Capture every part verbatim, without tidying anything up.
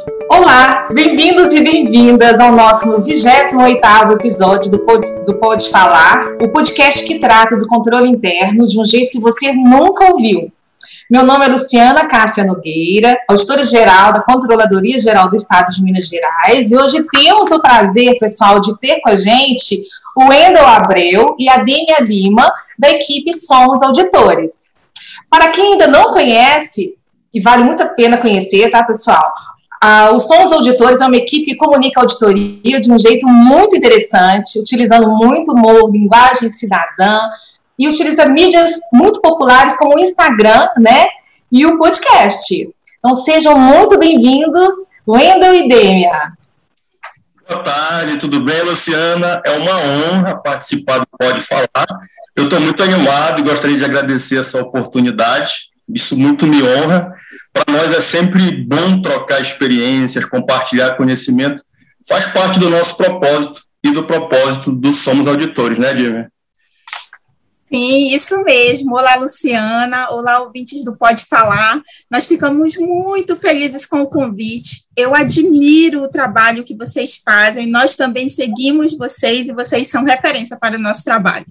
Olá, bem-vindos e bem-vindas ao nosso vigésimo oitavo episódio do Pod, do Pode Falar, o podcast que trata do controle interno de um jeito que você nunca ouviu. Meu nome é Luciana Cássia Nogueira, auditora-geral da Controladoria Geral do Estado de Minas Gerais, e hoje temos o prazer, pessoal, de ter com a gente o Wendel Abreu e a Dêmia Lima, da equipe Somos Auditores. Para quem ainda não conhece, e vale muito a pena conhecer, tá, pessoal? Ah, o Somos Auditores é uma equipe que comunica a auditoria de um jeito muito interessante, utilizando muito humor, linguagem cidadã, e utiliza mídias muito populares como o Instagram, né, e o podcast. Então sejam muito bem-vindos, Wendel e Dêmia. Boa tarde, tudo bem, Luciana? É uma honra participar do Pode Falar. Eu estou muito animado e gostaria de agradecer essa oportunidade, isso muito me honra. Para nós é sempre bom trocar experiências, compartilhar conhecimento. Faz parte do nosso propósito e do propósito do Somos Auditores, né, Dêmia? Sim, isso mesmo. Olá, Luciana. Olá, ouvintes do Pode Falar. Nós ficamos muito felizes com o convite. Eu admiro o trabalho que vocês fazem. Nós também seguimos vocês e vocês são referência para o nosso trabalho.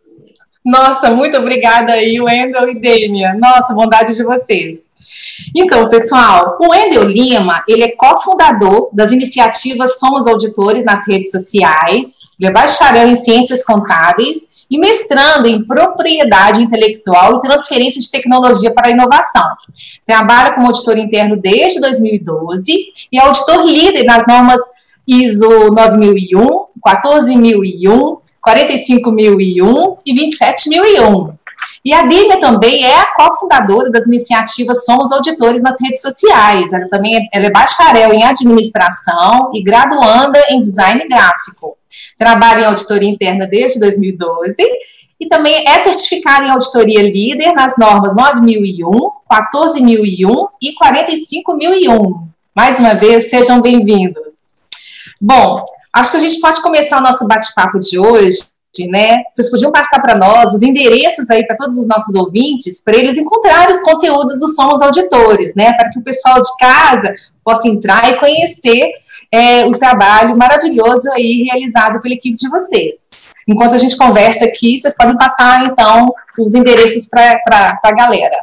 Nossa, muito obrigada aí, Wendel e Dêmia. Nossa, bondade de vocês. Então, pessoal, o Wendel Lima, ele é cofundador das iniciativas Somos Auditores nas redes sociais, ele é bacharel em Ciências Contábeis e mestrando em Propriedade Intelectual e Transferência de Tecnologia para a Inovação. Trabalha como auditor interno desde dois mil e doze e é auditor líder nas normas I S O nove mil e um, quatorze mil e um, quarenta e cinco mil e um e vinte e sete mil e um. E a Dêmia também é a cofundadora das iniciativas Somos Auditores nas redes sociais. Ela também é, ela é bacharel em administração e graduanda em design gráfico. Trabalha em auditoria interna desde dois mil e doze e também é certificada em auditoria líder nas normas nove mil e um, quatorze mil e um e quarenta e cinco mil e um. Mais uma vez, sejam bem-vindos. Bom, acho que a gente pode começar o nosso bate-papo de hoje, né? Vocês podiam passar para nós os endereços aí para todos os nossos ouvintes, para eles encontrarem os conteúdos do Somos Auditores, né? Para que o pessoal de casa possa entrar e conhecer é, o trabalho maravilhoso aí realizado pela equipe de vocês. Enquanto a gente conversa aqui, vocês podem passar, então, os endereços para a galera.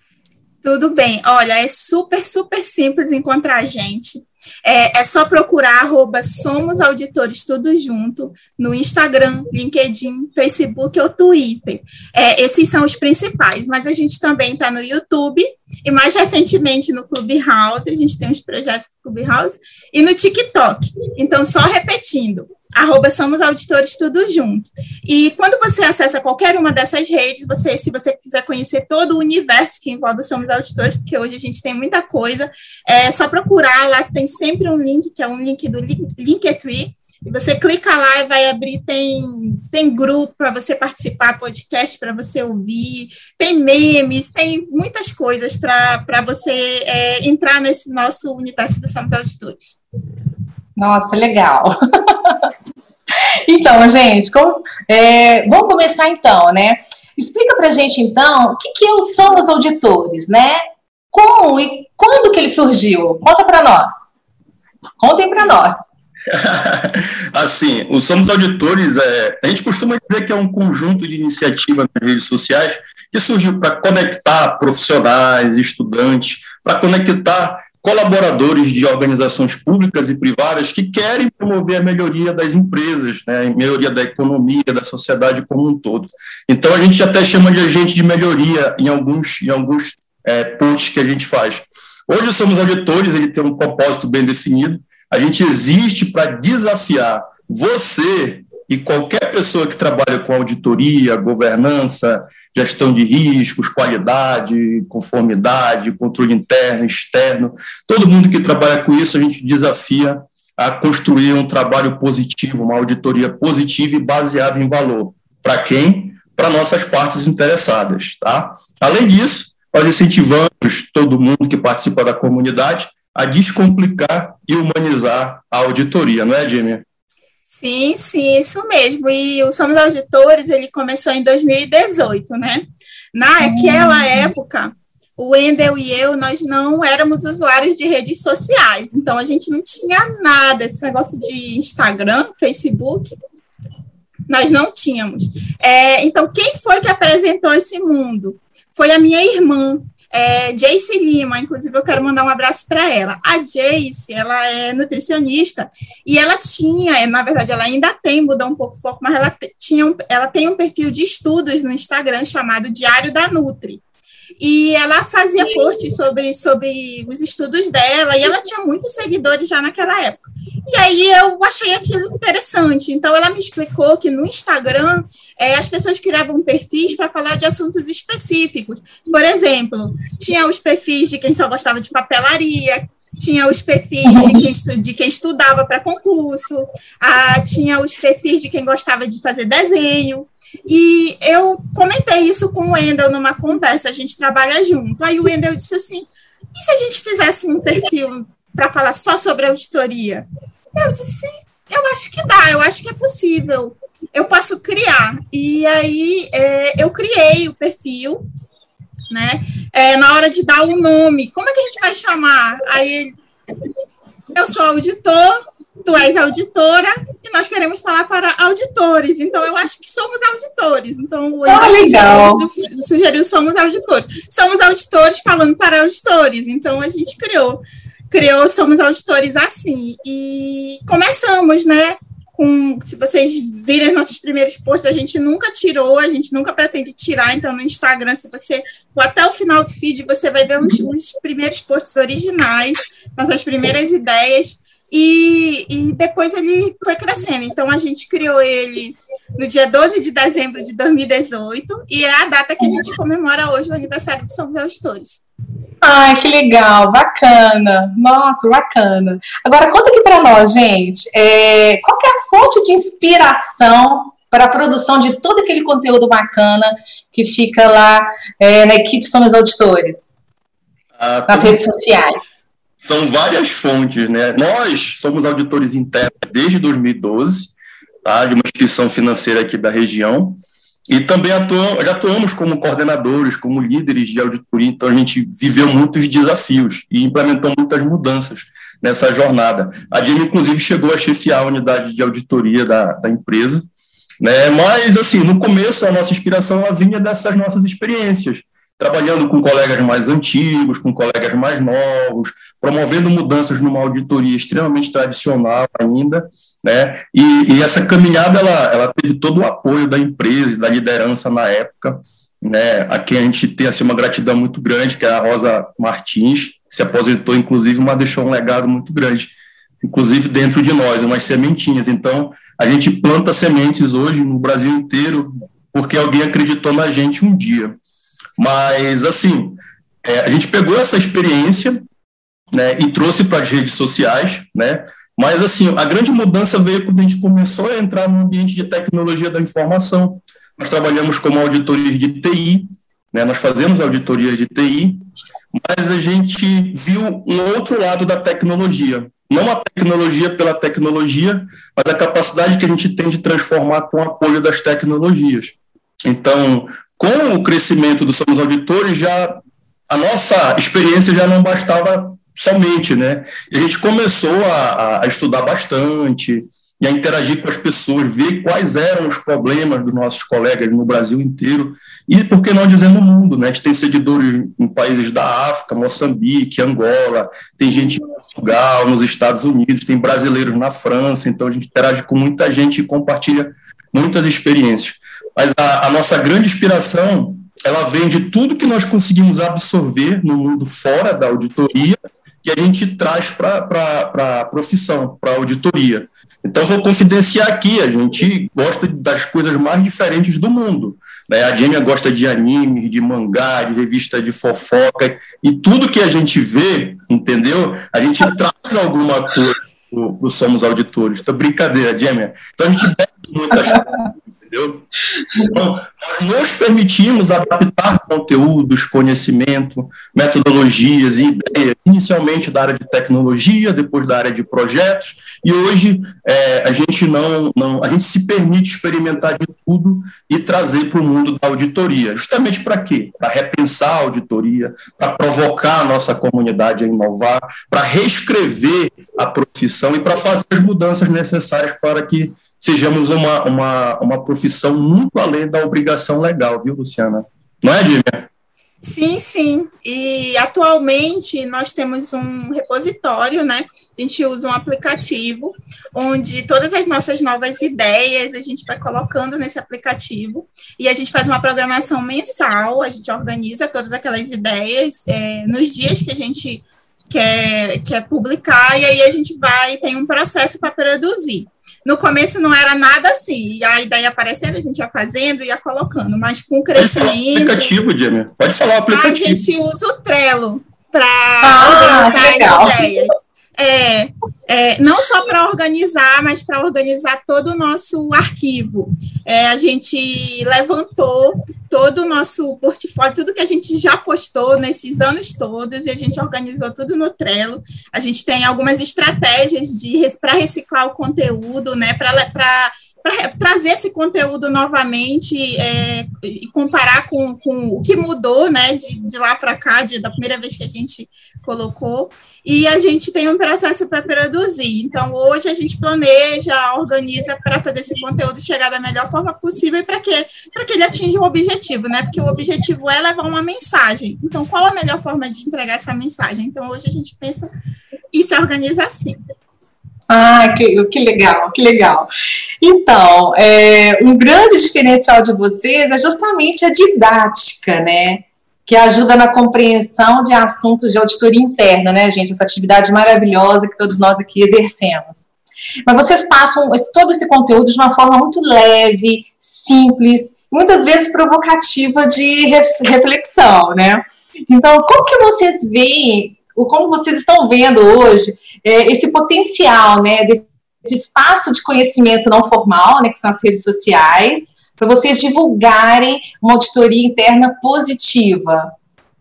Tudo bem. Olha, é super, super simples encontrar a gente. É, é só procurar arroba Somos Auditores tudo junto no Instagram, LinkedIn, Facebook ou Twitter. É, esses são os principais, mas a gente também está no YouTube e mais recentemente no Clubhouse, a gente tem uns projetos no Clubhouse, e no TikTok. Então, só repetindo, arroba Somos Auditores tudo junto. E quando você acessa qualquer uma dessas redes, você, se você quiser conhecer todo o universo que envolve o Somos Auditores, porque hoje a gente tem muita coisa, é só procurar, lá tem sempre um link, que é um link do Linktree, e você clica lá e vai abrir, tem, tem grupo para você participar, podcast para você ouvir, tem memes, tem muitas coisas para você é, entrar nesse nosso universo do Somos Auditores. Nossa, legal. Então, gente, como, é, vamos começar então, né? Explica pra gente, então, o que, que é o Somos Auditores, né? Como e quando que ele surgiu? Conta pra nós. Contem pra nós. Assim, o Somos Auditores, é, a gente costuma dizer que é um conjunto de iniciativas nas redes sociais que surgiu para conectar profissionais, estudantes, para conectar colaboradores de organizações públicas e privadas que querem promover a melhoria das empresas, né, a melhoria da economia, da sociedade como um todo. Então, a gente até chama de agente de melhoria em alguns, em alguns é, pontos que a gente faz. Hoje, o Somos Auditores, ele tem um propósito bem definido. A gente existe para desafiar você e qualquer pessoa que trabalha com auditoria, governança, gestão de riscos, qualidade, conformidade, controle interno, externo, todo mundo que trabalha com isso, a gente desafia a construir um trabalho positivo, uma auditoria positiva e baseada em valor. Para quem? Para nossas partes interessadas, tá? Além disso, nós incentivamos todo mundo que participa da comunidade a descomplicar e humanizar a auditoria, não é, Dêmia? Sim, sim, isso mesmo. E o Somos Auditores, ele começou em dois mil e dezoito, né? Naquela época, o Wendel e eu, nós não éramos usuários de redes sociais, então a gente não tinha nada, esse negócio de Instagram, Facebook, nós não tínhamos. É, então, quem foi que apresentou esse mundo? Foi a minha irmã, é, Jace Lima, inclusive eu quero mandar um abraço para ela. A Jace, ela é nutricionista e ela tinha, na verdade ela ainda tem, mudou um pouco o foco, mas ela, tinha um, ela tem um perfil de estudos no Instagram chamado Diário da Nutri. E ela fazia posts sobre, sobre os estudos dela, e ela tinha muitos seguidores já naquela época. E aí eu achei aquilo interessante. Então, ela me explicou que no Instagram, é, as pessoas criavam perfis para falar de assuntos específicos. Por exemplo, tinha os perfis de quem só gostava de papelaria, tinha os perfis de quem, de quem estudava para concurso, ah, tinha os perfis de quem gostava de fazer desenho. E eu comentei isso com o Wendel numa conversa, a gente trabalha junto. Aí o Wendel disse assim, e se a gente fizesse um perfil para falar só sobre auditoria? Eu disse, eu acho que dá, eu acho que é possível, eu posso criar. E aí é, eu criei o perfil, né? É, na hora de dar o nome, como é que a gente vai chamar? Aí eu sou auditor, tu és auditora e nós queremos falar para auditores, então eu acho que somos auditores. Então, ah, legal. Sugeriu, sugeriu somos auditores. Somos auditores falando para auditores, então a gente criou, criou Somos Auditores assim. E começamos, né? Com, se vocês virem os nossos primeiros posts, a gente nunca tirou, a gente nunca pretende tirar, então no Instagram, se você for até o final do feed, você vai ver os, os primeiros posts originais, nossas primeiras ideias. E, e depois ele foi crescendo. Então, a gente criou ele no dia doze de dezembro de dois mil e dezoito, e é a data que a gente comemora hoje o aniversário de Somos Auditores. Ai, que legal, bacana. Nossa, bacana. Agora, conta aqui para nós, gente, é, qual que é a fonte de inspiração para a produção de todo aquele conteúdo bacana que fica lá é, na equipe Somos Auditores, ah, nas redes sociais? São várias fontes, né? Nós somos auditores internos desde dois mil e doze, tá? De uma instituição financeira aqui da região, e também atuamos, já atuamos como coordenadores, como líderes de auditoria, então a gente viveu muitos desafios e implementou muitas mudanças nessa jornada. A Jamie, inclusive, chegou a chefiar a unidade de auditoria da, da empresa, né? Mas, assim, no começo, a nossa inspiração ela vinha dessas nossas experiências, trabalhando com colegas mais antigos, com colegas mais novos, promovendo mudanças numa auditoria extremamente tradicional ainda, né? E, e essa caminhada, ela, ela teve todo o apoio da empresa e da liderança na época, né? A quem a gente tem assim, uma gratidão muito grande, que é a Rosa Martins, se aposentou, inclusive, mas deixou um legado muito grande, inclusive dentro de nós, umas sementinhas. Então, a gente planta sementes hoje no Brasil inteiro, porque alguém acreditou na gente um dia. Mas, assim, é, a gente pegou essa experiência, né, e trouxe para as redes sociais, né, mas, assim, a grande mudança veio quando a gente começou a entrar no ambiente de tecnologia da informação. Nós trabalhamos como auditoria de T I, né, nós fazemos auditoria de T I, mas a gente viu um outro lado da tecnologia. Não a tecnologia pela tecnologia, mas a capacidade que a gente tem de transformar com o apoio das tecnologias. Então, com o crescimento do Somos Auditores, já, a nossa experiência já não bastava somente, né? E a gente começou a, a estudar bastante e a interagir com as pessoas, ver quais eram os problemas dos nossos colegas no Brasil inteiro e, por que não dizer, no mundo, né? A gente tem seguidores em países da África, Moçambique, Angola, tem gente em Portugal, nos Estados Unidos, tem brasileiros na França, então a gente interage com muita gente e compartilha muitas experiências. Mas a, a nossa grande inspiração, ela vem de tudo que nós conseguimos absorver no mundo fora da auditoria, que a gente traz para a profissão, para a auditoria. Então, vou confidenciar aqui, a gente gosta das coisas mais diferentes do mundo, né? A Jamie gosta de anime, de mangá, de revista de fofoca, e tudo que a gente vê, entendeu? A gente traz alguma coisa para Somos Auditores. Então, brincadeira, Jamie. Então, a gente bebe muitas coisas. entendeu? Então, nós nos permitimos adaptar conteúdos, conhecimento, metodologias e ideias, inicialmente da área de tecnologia, depois da área de projetos, e hoje é, a gente não, não, a gente se permite experimentar de tudo e trazer para o mundo da auditoria. Justamente para quê? Para repensar a auditoria, para provocar a nossa comunidade a inovar, para reescrever a profissão e para fazer as mudanças necessárias para que sejamos uma, uma, uma profissão muito além da obrigação legal, viu, Luciana? Não é, Dívia? Sim, sim. E atualmente nós temos um repositório, né? A gente usa um aplicativo onde todas as nossas novas ideias a gente vai colocando nesse aplicativo e a gente faz uma programação mensal, a gente organiza todas aquelas ideias é, nos dias que a gente quer, quer publicar e aí a gente vai, tem um processo para produzir. No começo não era nada assim, e a ideia aparecendo, a gente ia fazendo, ia colocando, mas com o crescimento... Pode falar o aplicativo, Jamie. Pode falar o aplicativo. A gente usa o Trello para ah, organizar as ideias. É, é, não só para organizar, mas para organizar todo o nosso arquivo. É, a gente levantou todo o nosso portfólio, tudo que a gente já postou nesses anos todos, e a gente organizou tudo no Trello. A gente tem algumas estratégias para reciclar o conteúdo, né, para para trazer esse conteúdo novamente é, e comparar com, com o que mudou, né, de, de lá para cá, de, da primeira vez que a gente colocou, e a gente tem um processo para produzir. Então, hoje a gente planeja, organiza para fazer esse conteúdo chegar da melhor forma possível e para que, para que ele atinja o objetivo, né, porque o objetivo é levar uma mensagem. Então, qual a melhor forma de entregar essa mensagem? Então, hoje a gente pensa e se organiza assim. Ah, que, que legal, que legal. Então, é, um grande diferencial de vocês é justamente a didática, né? Que ajuda na compreensão de assuntos de auditoria interna, né, gente? Essa atividade maravilhosa que todos nós aqui exercemos. Mas vocês passam esse, todo esse conteúdo de uma forma muito leve, simples, muitas vezes provocativa de reflexão, né? Então, como que vocês veem, ou como vocês estão vendo hoje, é, esse potencial, né, desse espaço de conhecimento não formal, né, que são as redes sociais, para vocês divulgarem uma auditoria interna positiva?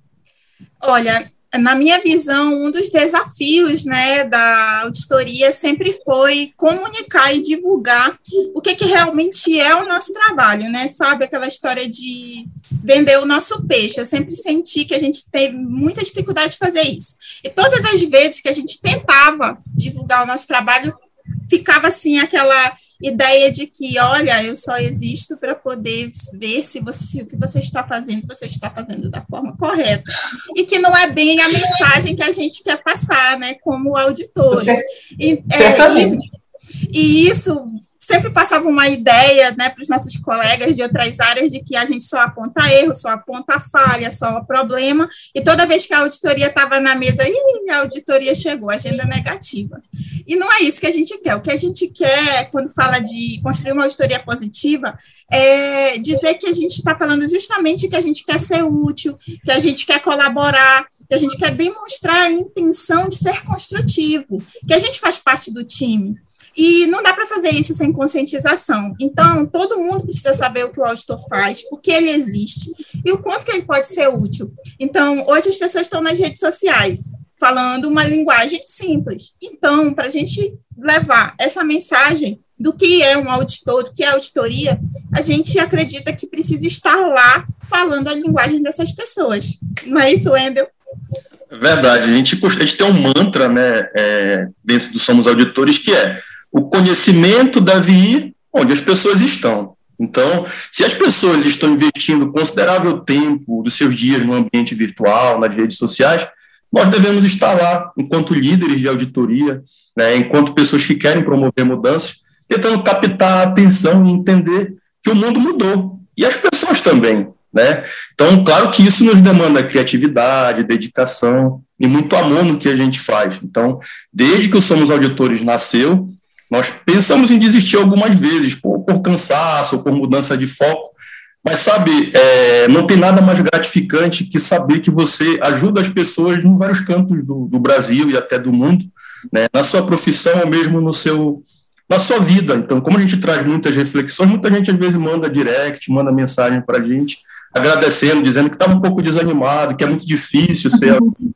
Olha, na minha visão, um dos desafios, né, da auditoria sempre foi comunicar e divulgar o que, que realmente é o nosso trabalho, né? Sabe, aquela história de vender o nosso peixe. Eu sempre senti que a gente teve muita dificuldade de fazer isso. E todas as vezes que a gente tentava divulgar o nosso trabalho, ficava assim aquela ideia de que, olha, eu só existo para poder ver se, você, se o que você está fazendo, você está fazendo da forma correta. E que não é bem a mensagem que a gente quer passar, né, como auditores. E, é, e, e isso sempre passava uma ideia, né, para os nossos colegas de outras áreas de que a gente só aponta erro, só aponta falha, só problema, e toda vez que a auditoria estava na mesa, ih, a auditoria chegou, agenda negativa. E não é isso que a gente quer. O que a gente quer, quando fala de construir uma auditoria positiva, é dizer que a gente está falando justamente que a gente quer ser útil, que a gente quer colaborar, que a gente quer demonstrar a intenção de ser construtivo, que a gente faz parte do time. E não dá para fazer isso sem conscientização. Então, todo mundo precisa saber o que o auditor faz, por que ele existe e o quanto que ele pode ser útil. Então, hoje as pessoas estão nas redes sociais falando uma linguagem simples. Então, para a gente levar essa mensagem do que é um auditor, do que é auditoria, a gente acredita que precisa estar lá falando a linguagem dessas pessoas. Não é isso, Wendel? É verdade. A gente, a gente tem um mantra, né, é, dentro do Somos Auditores, que é: o conhecimento deve ir onde as pessoas estão. Então, se as pessoas estão investindo considerável tempo dos seus dias no ambiente virtual, nas redes sociais, nós devemos estar lá, enquanto líderes de auditoria, né, enquanto pessoas que querem promover mudanças, tentando captar a atenção e entender que o mundo mudou. E as pessoas também, né? Então, claro que isso nos demanda criatividade, dedicação e muito amor no que a gente faz. Então, desde que o Somos Auditores nasceu, nós pensamos em desistir algumas vezes, por, por cansaço ou por mudança de foco, mas, sabe, é, não tem nada mais gratificante que saber que você ajuda as pessoas em vários cantos do, do Brasil e até do mundo, né, na sua profissão ou mesmo no seu, na sua vida. Então, como a gente traz muitas reflexões, muita gente às vezes manda direct, manda mensagem para a gente, agradecendo, dizendo que estava um pouco desanimado, que é muito difícil ser...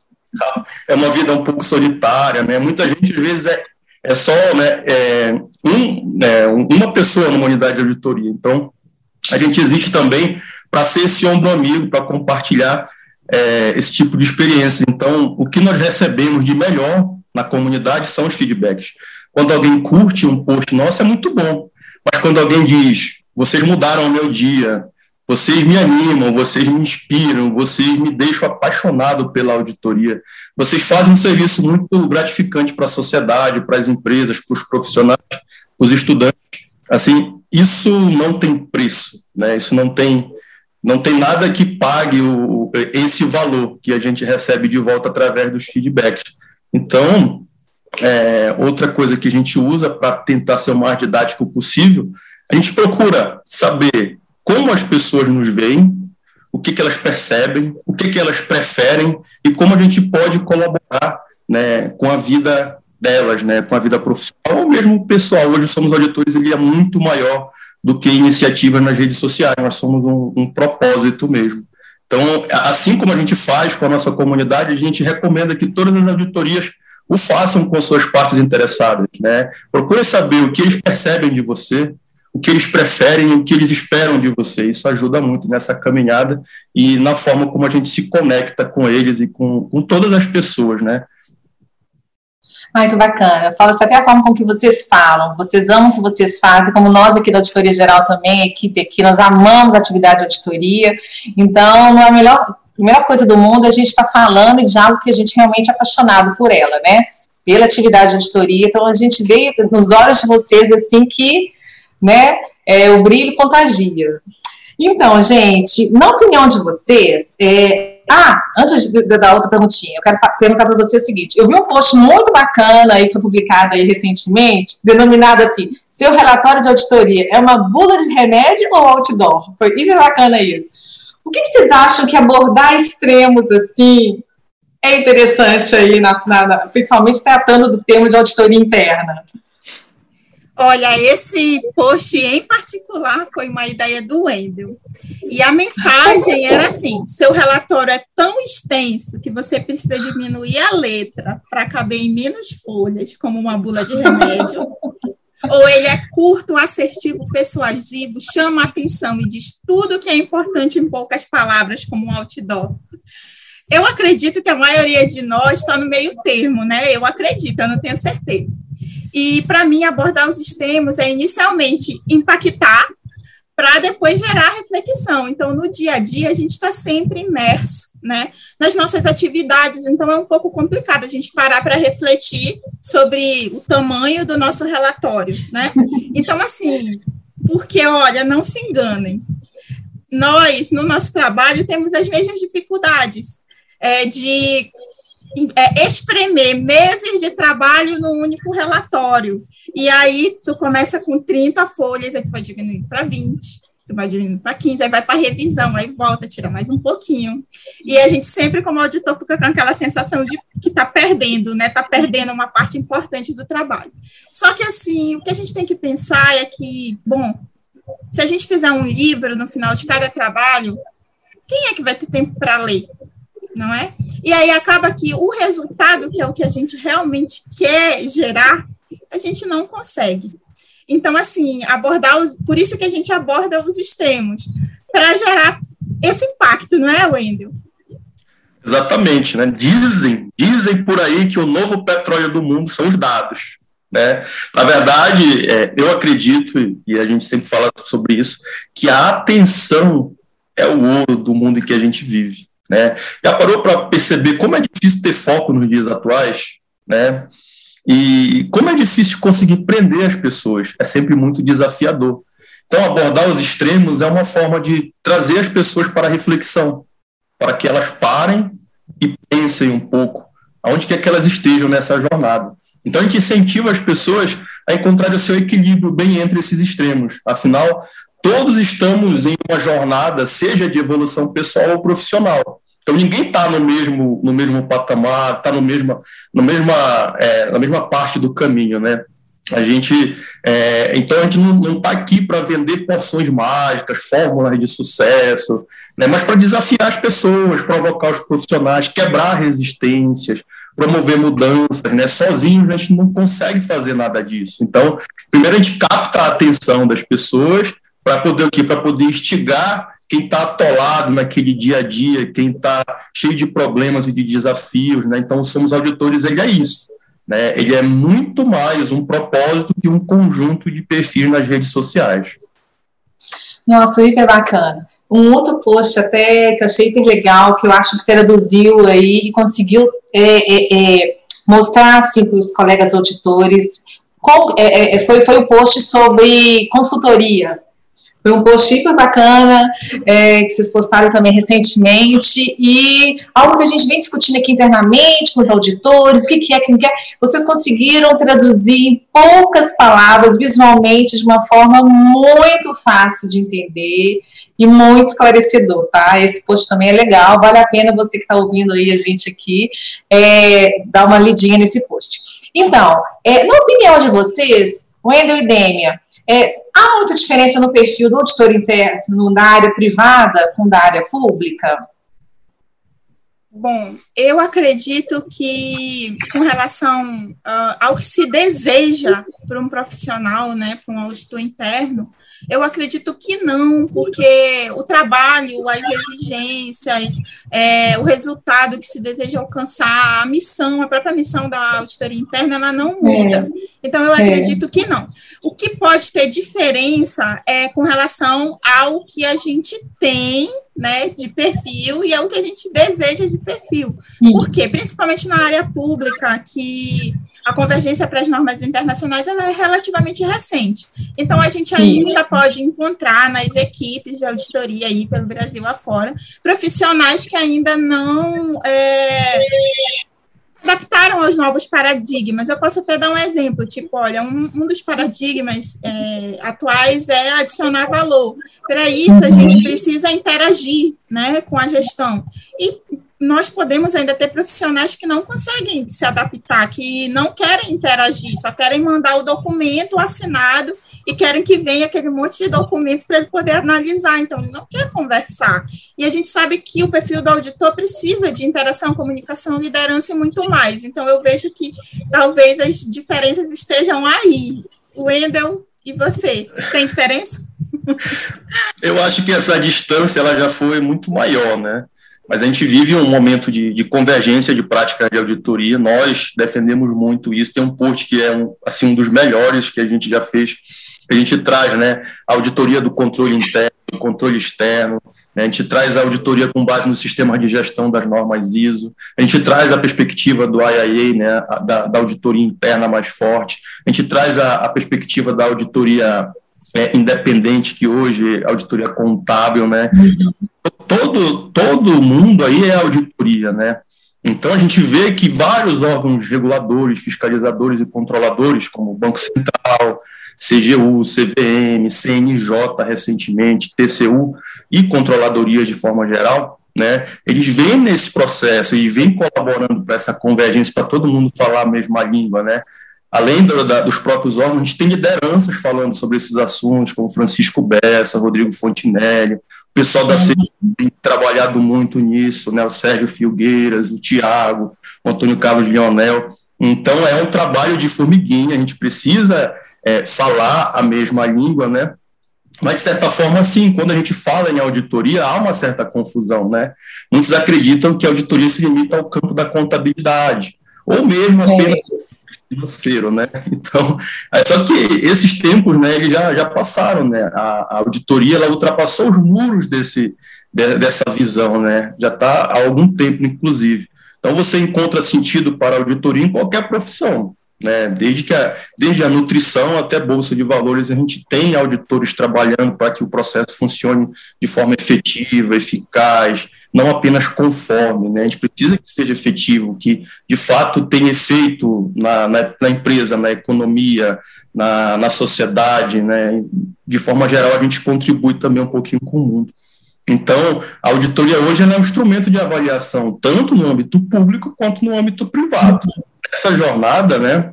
é uma vida um pouco solitária, né? Muita gente, às vezes, é, é só né, é, um, é, uma pessoa numa unidade de auditoria. Então, a gente existe também para ser esse ombro amigo, para compartilhar é, esse tipo de experiência. Então, o que nós recebemos de melhor na comunidade são os feedbacks. Quando alguém curte um post nosso, é muito bom. Mas quando alguém diz, vocês mudaram o meu dia, vocês me animam, vocês me inspiram, vocês me deixam apaixonado pela auditoria, vocês fazem um serviço muito gratificante para a sociedade, para as empresas, para os profissionais, para os estudantes. Assim, isso não tem preço, né? Isso não tem, não tem nada que pague o, esse valor que a gente recebe de volta através dos feedbacks. Então, é, outra coisa que a gente usa para tentar ser o mais didático possível, a gente procura saber como as pessoas nos veem, o que, que elas percebem, o que, que elas preferem e como a gente pode colaborar, né, com a vida delas, né, com a vida profissional ou mesmo pessoal. Hoje Somos Auditores, ele é muito maior do que iniciativas nas redes sociais, nós somos um, um propósito mesmo. Então, assim como a gente faz com a nossa comunidade, a gente recomenda que todas as auditorias o façam com suas partes interessadas, né? Procure saber o que eles percebem de você, o que eles preferem, o que eles esperam de você. Isso ajuda muito nessa caminhada e na forma como a gente se conecta com eles e com, com todas as pessoas, né? Ai, que bacana. Fala-se até a forma com que vocês falam. Vocês amam o que vocês fazem, como nós aqui da Auditoria Geral também, a equipe aqui, nós amamos a atividade de auditoria. Então, não é a melhor, a melhor coisa do mundo a gente estar tá falando de algo que a gente realmente é apaixonado por ela, né? Pela atividade de auditoria. Então, a gente vê nos olhos de vocês, assim, que, né, é, o brilho contagia. Então, gente, na opinião de vocês, é... ah, antes de, de, da outra perguntinha, eu quero perguntar para você o seguinte, eu vi um post muito bacana aí, foi publicado aí recentemente, denominado assim, seu relatório de auditoria é uma bula de remédio ou outdoor? Foi hiper bacana isso. O que, que vocês acham que abordar extremos assim é interessante aí, na, na, na, principalmente tratando do tema de auditoria interna? Olha, esse post em particular foi uma ideia do Wendel. E a mensagem era assim, seu relatório é tão extenso que você precisa diminuir a letra para caber em menos folhas, como uma bula de remédio. Ou ele é curto, assertivo, persuasivo, chama a atenção e diz tudo que é importante em poucas palavras, como um outdoor. Eu acredito que a maioria de nós está no meio termo, né? Eu acredito, eu não tenho certeza. E, para mim, abordar os extremos é, inicialmente, impactar para depois gerar reflexão. Então, no dia a dia, a gente está sempre imerso, né, nas nossas atividades. Então, é um pouco complicado a gente parar para refletir sobre o tamanho do nosso relatório, né? Então, assim, porque, olha, não se enganem. Nós, no nosso trabalho, temos as mesmas dificuldades é, de... É, espremer meses de trabalho no único relatório. E aí, tu começa com trinta folhas, aí tu vai diminuindo para vinte, tu vai diminuindo para quinze, aí vai para revisão, aí volta, tira mais um pouquinho. E a gente sempre, como auditor, fica com aquela sensação de que está perdendo, né? Está perdendo uma parte importante do trabalho. Só que, assim, o que a gente tem que pensar é que, bom, se a gente fizer um livro no final de cada trabalho, quem é que vai ter tempo para ler? Não é? E aí acaba que o resultado, que é o que a gente realmente quer gerar, a gente não consegue. Então, assim, abordar os, por isso que a gente aborda os extremos, para gerar esse impacto, não é, Wendel? Exatamente, né? Dizem, dizem por aí que o novo petróleo do mundo são os dados, né? Na verdade, é, eu acredito, e a gente sempre fala sobre isso, que a atenção é o ouro do mundo em que a gente vive. Né? Já parou para perceber como é difícil ter foco nos dias atuais, né? E como é difícil conseguir prender as pessoas, é sempre muito desafiador. Então, abordar os extremos é uma forma de trazer as pessoas para a reflexão, para que elas parem e pensem um pouco aonde quer que elas estejam nessa jornada. Então, a gente incentiva as pessoas a encontrar o seu equilíbrio bem entre esses extremos. Afinal, todos estamos em uma jornada, seja de evolução pessoal ou profissional. Então, ninguém está no mesmo, no mesmo patamar, está no mesma, no mesma, é, na mesma parte do caminho, né? A gente, é, então a gente não está aqui para vender porções mágicas, fórmulas de sucesso, né, mas para desafiar as pessoas, provocar os profissionais, quebrar resistências, promover mudanças, né? Sozinhos a gente não consegue fazer nada disso. Então, primeiro a gente capta a atenção das pessoas para poder o quê? Para poder instigar quem está atolado naquele dia a dia, quem está cheio de problemas e de desafios, né? Então, Somos Auditores, ele é isso. Né, ele é muito mais um propósito que um conjunto de perfis nas redes sociais. Nossa, hiper bacana. Um outro post até que eu achei hiper legal, que eu acho que traduziu aí e conseguiu é, é, é, mostrar assim, para os colegas auditores, com, é, é, foi, foi um post sobre consultoria. Foi um post super bacana, é, que vocês postaram também recentemente, e algo que a gente vem discutindo aqui internamente com os auditores, o que, que é, o que, que é. Vocês conseguiram traduzir em poucas palavras, visualmente, de uma forma muito fácil de entender e muito esclarecedor, tá? Esse post também é legal, vale a pena você que está ouvindo aí a gente aqui, é, dar uma lidinha nesse post. Então, é, na opinião de vocês, Wendel e Dêmia, É, há muita diferença no perfil do auditor interno da área privada com da área pública? Bom, eu acredito que com relação uh, ao que se deseja para um profissional, né, para um auditor interno, eu acredito que não, porque o trabalho, as exigências, é, o resultado que se deseja alcançar, a missão, a própria missão da auditoria interna, ela não muda. Então, eu acredito que não. O que pode ter diferença é com relação ao que a gente tem, né, de perfil e ao que a gente deseja de perfil. Por quê? Principalmente na área pública, que a convergência para as normas internacionais ela é relativamente recente. Então, a gente ainda Isso. pode encontrar nas equipes de auditoria aí pelo Brasil afora profissionais que ainda não é, adaptaram aos novos paradigmas. Eu posso até dar um exemplo, tipo, olha, um, um dos paradigmas é, atuais é adicionar valor. Para isso, a gente precisa interagir, né, com a gestão. E nós podemos ainda ter profissionais que não conseguem se adaptar, que não querem interagir, só querem mandar o documento assinado e querem que venha aquele monte de documento para ele poder analisar. Então, ele não quer conversar. E a gente sabe que o perfil do auditor precisa de interação, comunicação, liderança e muito mais. Então, eu vejo que talvez as diferenças estejam aí. Wendel, e você? Tem diferença? Eu acho que essa distância ela já foi muito maior, né? Mas a gente vive um momento de, de convergência de práticas de auditoria, nós defendemos muito isso, tem um post que é um, assim, um dos melhores que a gente já fez, a gente traz, né, a auditoria do controle interno, do controle externo, né, a gente traz a auditoria com base no sistema de gestão das normas I S O, a gente traz a perspectiva do I I A, né, a, da, da auditoria interna mais forte, a gente traz a, a perspectiva da auditoria é, independente, que hoje é auditoria contábil, né, todo, todo mundo aí é auditoria, né, então a gente vê que vários órgãos reguladores, fiscalizadores e controladores, como o Banco Central, C G U, C V M, C N J recentemente, T C U e controladorias de forma geral, né, eles vêm nesse processo e vêm colaborando para essa convergência, para todo mundo falar a mesma língua, né. Além do, da, dos próprios órgãos, a gente tem lideranças falando sobre esses assuntos, como Francisco Bessa, Rodrigo Fontinelli, o pessoal da C V M tem trabalhado muito nisso, né, o Sérgio Filgueiras, o Tiago, o Antônio Carlos Leonel. Então, é um trabalho de formiguinha, a gente precisa é, falar a mesma língua, né? Mas, de certa forma, sim, quando a gente fala em auditoria, há uma certa confusão, né? Muitos acreditam que a auditoria se limita ao campo da contabilidade, ou mesmo apenas financeiro, né? Então, é só que esses tempos, né, eles já, já passaram, né? A, a auditoria, ela ultrapassou os muros desse, de, dessa visão, né? Já está há algum tempo, inclusive. Então, você encontra sentido para a auditoria em qualquer profissão, né? Desde, que a, desde a nutrição até a Bolsa de Valores, a gente tem auditores trabalhando para que o processo funcione de forma efetiva, eficaz, não apenas conforme, né? A gente precisa que seja efetivo, que de fato tenha efeito na, na, na empresa, na economia, na, na sociedade, né? De forma geral, a gente contribui também um pouquinho com o mundo. Então, a auditoria hoje é um instrumento de avaliação, tanto no âmbito público quanto no âmbito privado. Essa jornada, né,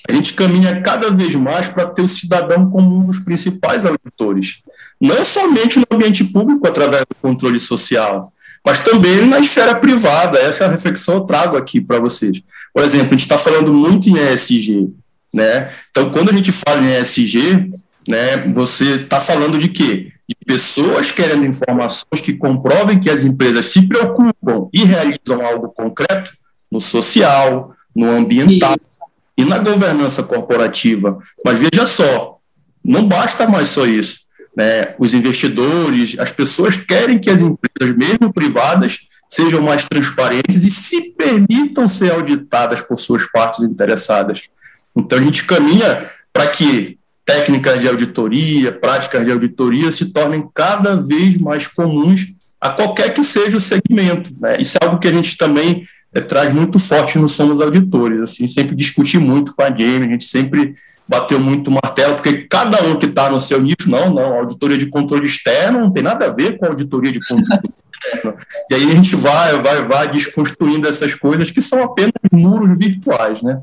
a gente caminha cada vez mais para ter o cidadão como um dos principais auditores, não somente no ambiente público através do controle social, mas também na esfera privada. Essa é a reflexão que eu trago aqui para vocês. Por exemplo, a gente está falando muito em E S G, né? Então, quando a gente fala em E S G, né, você está falando de quê? De pessoas querendo informações que comprovem que as empresas se preocupam e realizam algo concreto no social, no ambiental, isso, e na governança corporativa. Mas veja só, não basta mais só isso, né? Os investidores, as pessoas querem que as empresas, mesmo privadas, sejam mais transparentes e se permitam ser auditadas por suas partes interessadas. Então, a gente caminha para que técnicas de auditoria, práticas de auditoria se tornem cada vez mais comuns a qualquer que seja o segmento, né? Isso é algo que a gente também é, traz muito forte no Somos Auditores, assim, sempre discuti muito com a Jamie, a gente sempre bateu muito martelo, porque cada um que está no seu nicho, não, não, a auditoria de controle externo não tem nada a ver com a auditoria de controle externo. E aí a gente vai, vai, vai desconstruindo essas coisas que são apenas muros virtuais, né?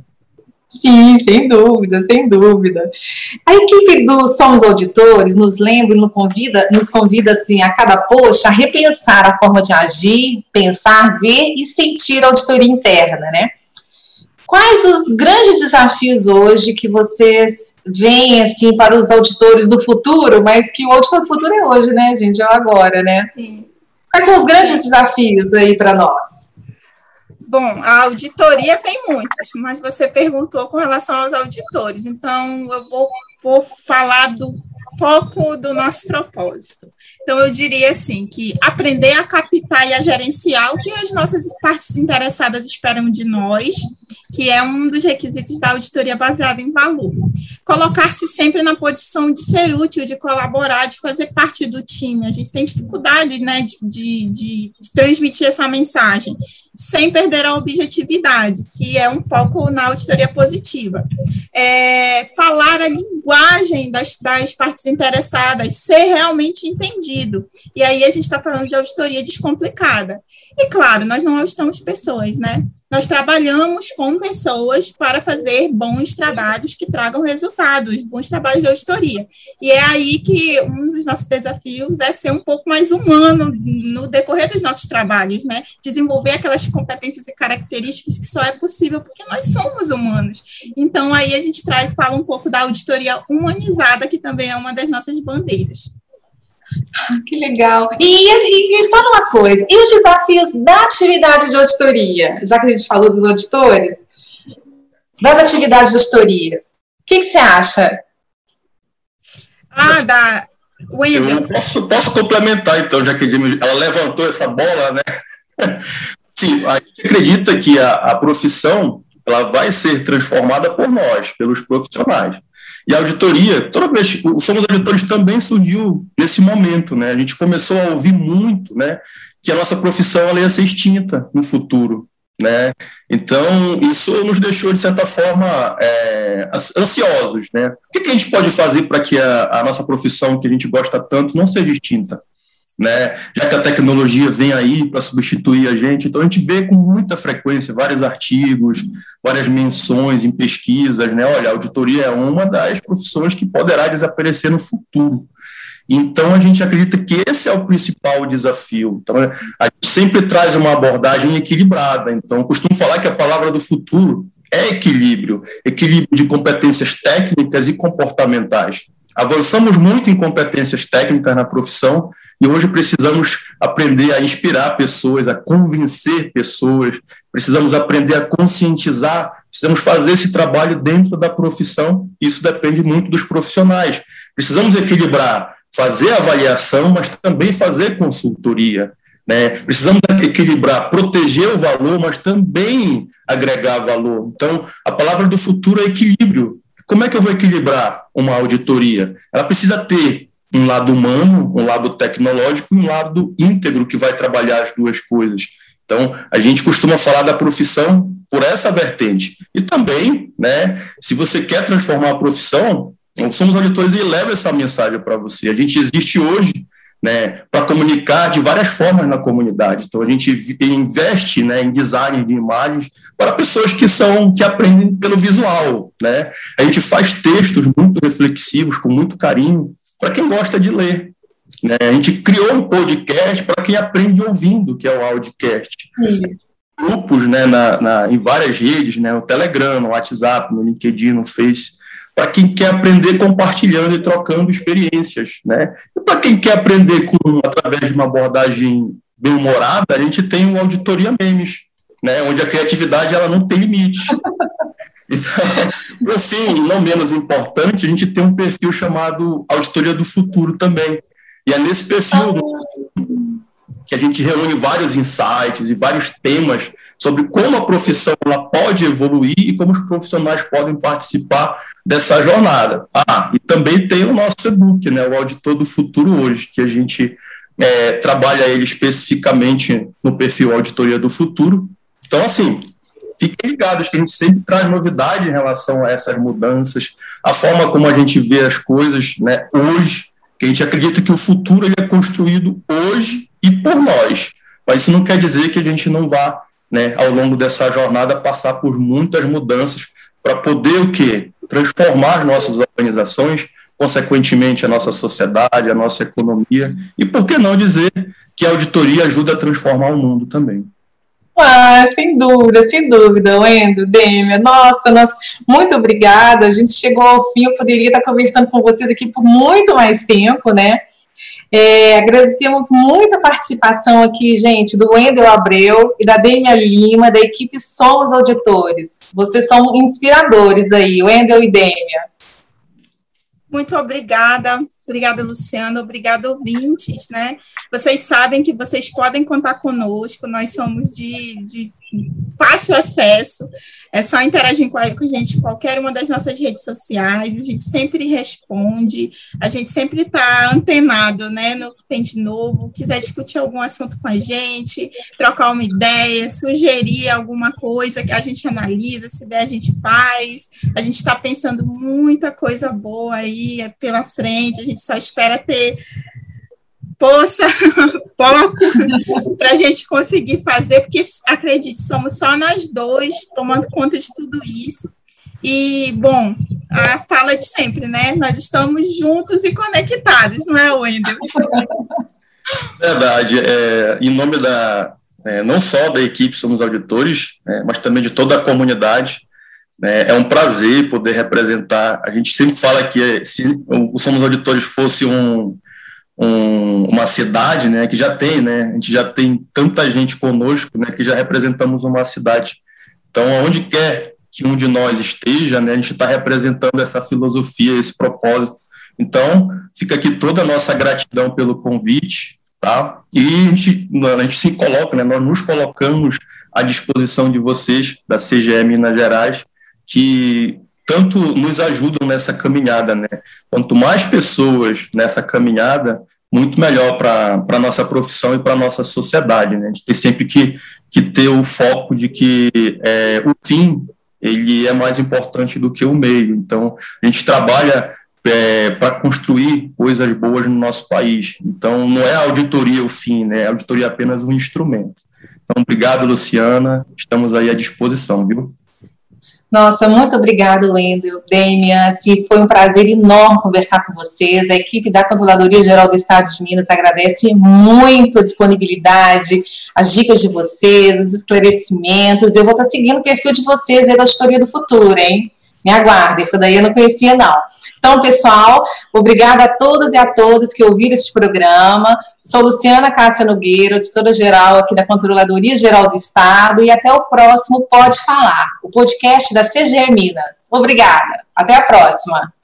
Sim, sem dúvida, sem dúvida. A equipe do Somos Auditores nos lembra, nos convida, nos convida assim, a cada post a repensar a forma de agir, pensar, ver e sentir a auditoria interna, né? Quais os grandes desafios hoje que vocês veem assim, para os auditores do futuro, mas que o auditor do futuro é hoje, né, gente? É agora, né? Sim. Quais são os grandes desafios aí para nós? Bom, a auditoria tem muitos, mas você perguntou com relação aos auditores, então eu vou, vou falar do foco do nosso propósito. Então, eu diria assim, que aprender a captar e a gerenciar o que as nossas partes interessadas esperam de nós, que é um dos requisitos da auditoria baseada em valor. Colocar-se sempre na posição de ser útil, de colaborar, de fazer parte do time. A gente tem dificuldade, né, de, de, de transmitir essa mensagem, sem perder a objetividade, que é um foco na auditoria positiva. É, falar a linguagem das, das partes interessadas, ser realmente entendido. E aí a gente está falando de auditoria descomplicada. E, claro, nós não auditamos pessoas, né? Nós trabalhamos com pessoas para fazer bons trabalhos que tragam resultados, bons trabalhos de auditoria. E é aí que um dos nossos desafios é ser um pouco mais humano no decorrer dos nossos trabalhos, né? Desenvolver aquelas competências e características que só é possível porque nós somos humanos. Então, aí a gente traz, fala um pouco da auditoria humanizada, que também é uma das nossas bandeiras. Que legal. E, e, e fala uma coisa, e os desafios da atividade de auditoria? Já que a gente falou dos auditores, das atividades de auditoria, o que, que você acha? Ah, da... Wendel. Eu posso, posso complementar, então, já que ela levantou essa bola, né? Sim, a gente acredita que a, a profissão ela vai ser transformada por nós, pelos profissionais. E a auditoria, toda vez, o Somos Auditores também surgiu nesse momento, né? A gente começou a ouvir muito, né, que a nossa profissão ela ia ser extinta no futuro, né? Então, isso nos deixou, de certa forma, é, ansiosos, né? O que, que a gente pode fazer para que a, a nossa profissão, que a gente gosta tanto, não seja extinta? Né? Já que a tecnologia vem aí para substituir a gente, então a gente vê com muita frequência vários artigos, várias menções em pesquisas, né? Olha, a auditoria é uma das profissões que poderá desaparecer no futuro. Então a gente acredita que esse é o principal desafio. Então a gente sempre traz uma abordagem equilibrada. Então eu costumo falar que a palavra do futuro é equilíbrio, equilíbrio de competências técnicas e comportamentais. Avançamos muito em competências técnicas na profissão e hoje precisamos aprender a inspirar pessoas, a convencer pessoas, precisamos aprender a conscientizar, precisamos fazer esse trabalho dentro da profissão, isso depende muito dos profissionais. Precisamos equilibrar, fazer avaliação, mas também fazer consultoria, né? Precisamos equilibrar, proteger o valor, mas também agregar valor. Então, a palavra do futuro é equilíbrio. Como é que eu vou equilibrar uma auditoria? Ela precisa ter um lado humano, um lado tecnológico e um lado íntegro que vai trabalhar as duas coisas. Então, a gente costuma falar da profissão por essa vertente. E também, né, se você quer transformar a profissão, Somos Auditores e leva essa mensagem para você. A gente existe hoje né, para comunicar de várias formas na comunidade. Então, a gente investe, né, em design de imagens para pessoas que são que aprendem pelo visual, né? A gente faz textos muito reflexivos, com muito carinho, para quem gosta de ler, né? A gente criou um podcast para quem aprende ouvindo, que é o Audiocast. Isso. Grupos, né, na, na, em várias redes, né, no Telegram, no WhatsApp, no LinkedIn, no Face, para quem quer aprender compartilhando e trocando experiências, né? E para quem quer aprender com, através de uma abordagem bem-humorada, a gente tem o Auditoria Memes, né? Onde a criatividade ela não tem limite. Então, por fim, não menos importante, a gente tem um perfil chamado Auditoria do Futuro também. E é nesse perfil que a gente reúne vários insights e vários temas sobre como a profissão ela pode evoluir e como os profissionais podem participar dessa jornada. Ah, e também tem o nosso e-book, né, o Auditor do Futuro Hoje, que a gente é, trabalha ele especificamente no perfil Auditoria do Futuro. Então, assim, fiquem ligados que a gente sempre traz novidade em relação a essas mudanças, a forma como a gente vê as coisas, né, hoje, que a gente acredita que o futuro ele é construído hoje e por nós. Mas isso não quer dizer que a gente não vá, né, ao longo dessa jornada, passar por muitas mudanças para poder o quê? Transformar as nossas organizações, consequentemente a nossa sociedade, a nossa economia, e por que não dizer que a auditoria ajuda a transformar o mundo também. Ah, sem dúvida, sem dúvida, Wendel, Dêmia, nossa, nossa, muito obrigada, a gente chegou ao fim, eu poderia estar conversando com vocês aqui por muito mais tempo, né? É, agradecemos muito a participação aqui, gente, do Wendel Abreu e da Dêmia Lima, da equipe Somos Auditores. Vocês são inspiradores aí, Wendel e Dêmia. Muito obrigada, obrigada, Luciana, obrigada, ouvintes, né? Vocês sabem que vocês podem contar conosco, nós somos de, de fácil acesso, é só interagir com a, com a gente em qualquer uma das nossas redes sociais, a gente sempre responde, a gente sempre está antenado, né, no que tem de novo, quiser discutir algum assunto com a gente, trocar uma ideia, sugerir alguma coisa que a gente analisa, se der a gente faz, a gente está pensando muita coisa boa aí pela frente, a gente só espera ter força, foco para a gente conseguir fazer, porque, acredite, somos só nós dois tomando conta de tudo isso. E, bom, a fala de sempre, né? Nós estamos juntos e conectados, não é, Wendel? Verdade. É, em nome da, é, não só da equipe Somos Auditores, é, mas também de toda a comunidade, é, é um prazer poder representar. A gente sempre fala que se o Somos Auditores fosse um Um, uma cidade, né, que já tem, né, a gente já tem tanta gente conosco, né, que já representamos uma cidade. Então, onde quer que um de nós esteja, né, a gente está representando essa filosofia, esse propósito. Então, fica aqui toda a nossa gratidão pelo convite, tá? E a gente, a gente se coloca, né, nós nos colocamos à disposição de vocês, da C G E Minas Gerais, que tanto nos ajudam nessa caminhada, né? Quanto mais pessoas nessa caminhada, muito melhor para a nossa profissão e para a nossa sociedade, né? A gente tem sempre que, que ter o foco de que é, o fim ele é mais importante do que o meio. Então, a gente trabalha é, para construir coisas boas no nosso país. Então, não é a auditoria o fim, né? A auditoria é apenas um instrumento. Então, obrigado, Luciana. Estamos aí à disposição, viu? Nossa, muito obrigada, Wendel, Dêmia, assim, foi um prazer enorme conversar com vocês, a equipe da Controladoria Geral do Estado de Minas agradece muito a disponibilidade, as dicas de vocês, os esclarecimentos, eu vou estar seguindo o perfil de vocês aí da Auditoria do Futuro, hein? Me aguardem, isso daí eu não conhecia, não. Então, pessoal, obrigada a todas e a todos que ouviram este programa. Sou Luciana Cássia Nogueira, auditora-geral aqui da Controladoria Geral do Estado, e até o próximo Pode Falar, o podcast da C G E Minas. Obrigada, até a próxima.